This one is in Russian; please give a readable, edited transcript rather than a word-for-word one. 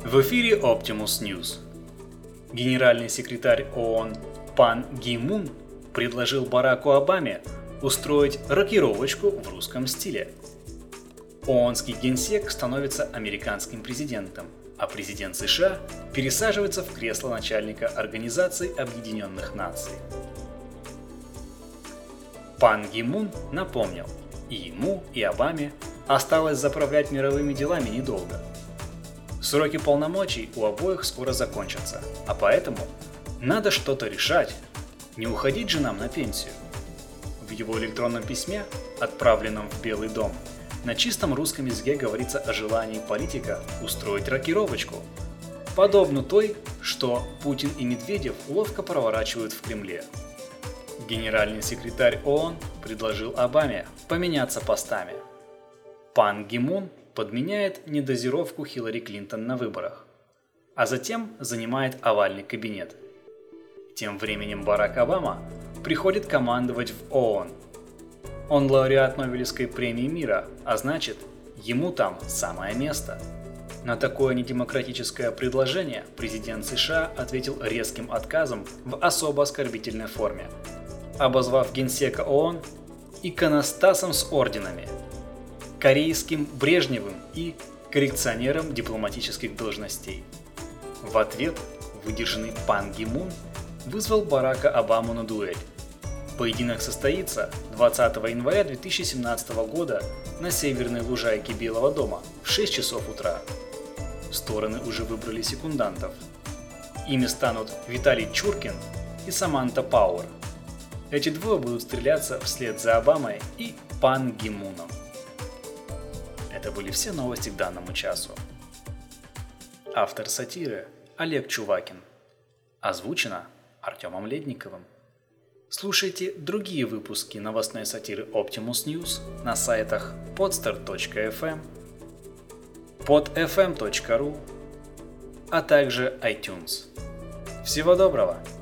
В эфире Optimus News. Генеральный секретарь ООН Пан Ги Мун предложил Бараку Обаме устроить рокировочку в русском стиле. ООНский генсек становится американским президентом, а президент США пересаживается в кресло начальника Организации Объединенных Наций. Пан Ги Мун напомнил, и ему, и Обаме осталось заправлять мировыми делами недолго. Сроки полномочий у обоих скоро закончатся, а поэтому надо что-то решать. Не уходить же нам на пенсию. В его электронном письме, отправленном в Белый дом, на чистом русском языке говорится о желании политика устроить рокировочку, подобную той, что Путин и Медведев ловко проворачивают в Кремле. Генеральный секретарь ООН предложил Обаме поменяться постами. Пан Ги Мун подменяет недозировку Хиллари Клинтон на выборах, а затем занимает овальный кабинет. Тем временем Барак Обама приходит командовать в ООН. Он лауреат Нобелевской премии мира, а значит, ему там самое место. На такое недемократическое предложение президент США ответил резким отказом в особо оскорбительной форме, обозвав генсека ООН иконостасом с орденами, корейским Брежневым и коррекционером дипломатических должностей. В ответ выдержанный Пан Ги Мун вызвал Барака Обаму на дуэль. Поединок состоится 20 января 2017 года на северной лужайке Белого дома в 6 часов утра. Стороны уже выбрали секундантов. Ими станут Виталий Чуркин и Саманта Пауэр. Эти двое будут стреляться вслед за Обамой и Пан Ги Муном. Это были все новости к данному часу. Автор сатиры Олег Чувакин. Озвучено Артемом Ледниковым. Слушайте другие выпуски новостной сатиры Optimus News на сайтах podstar.fm, podfm.ru, а также iTunes. Всего доброго!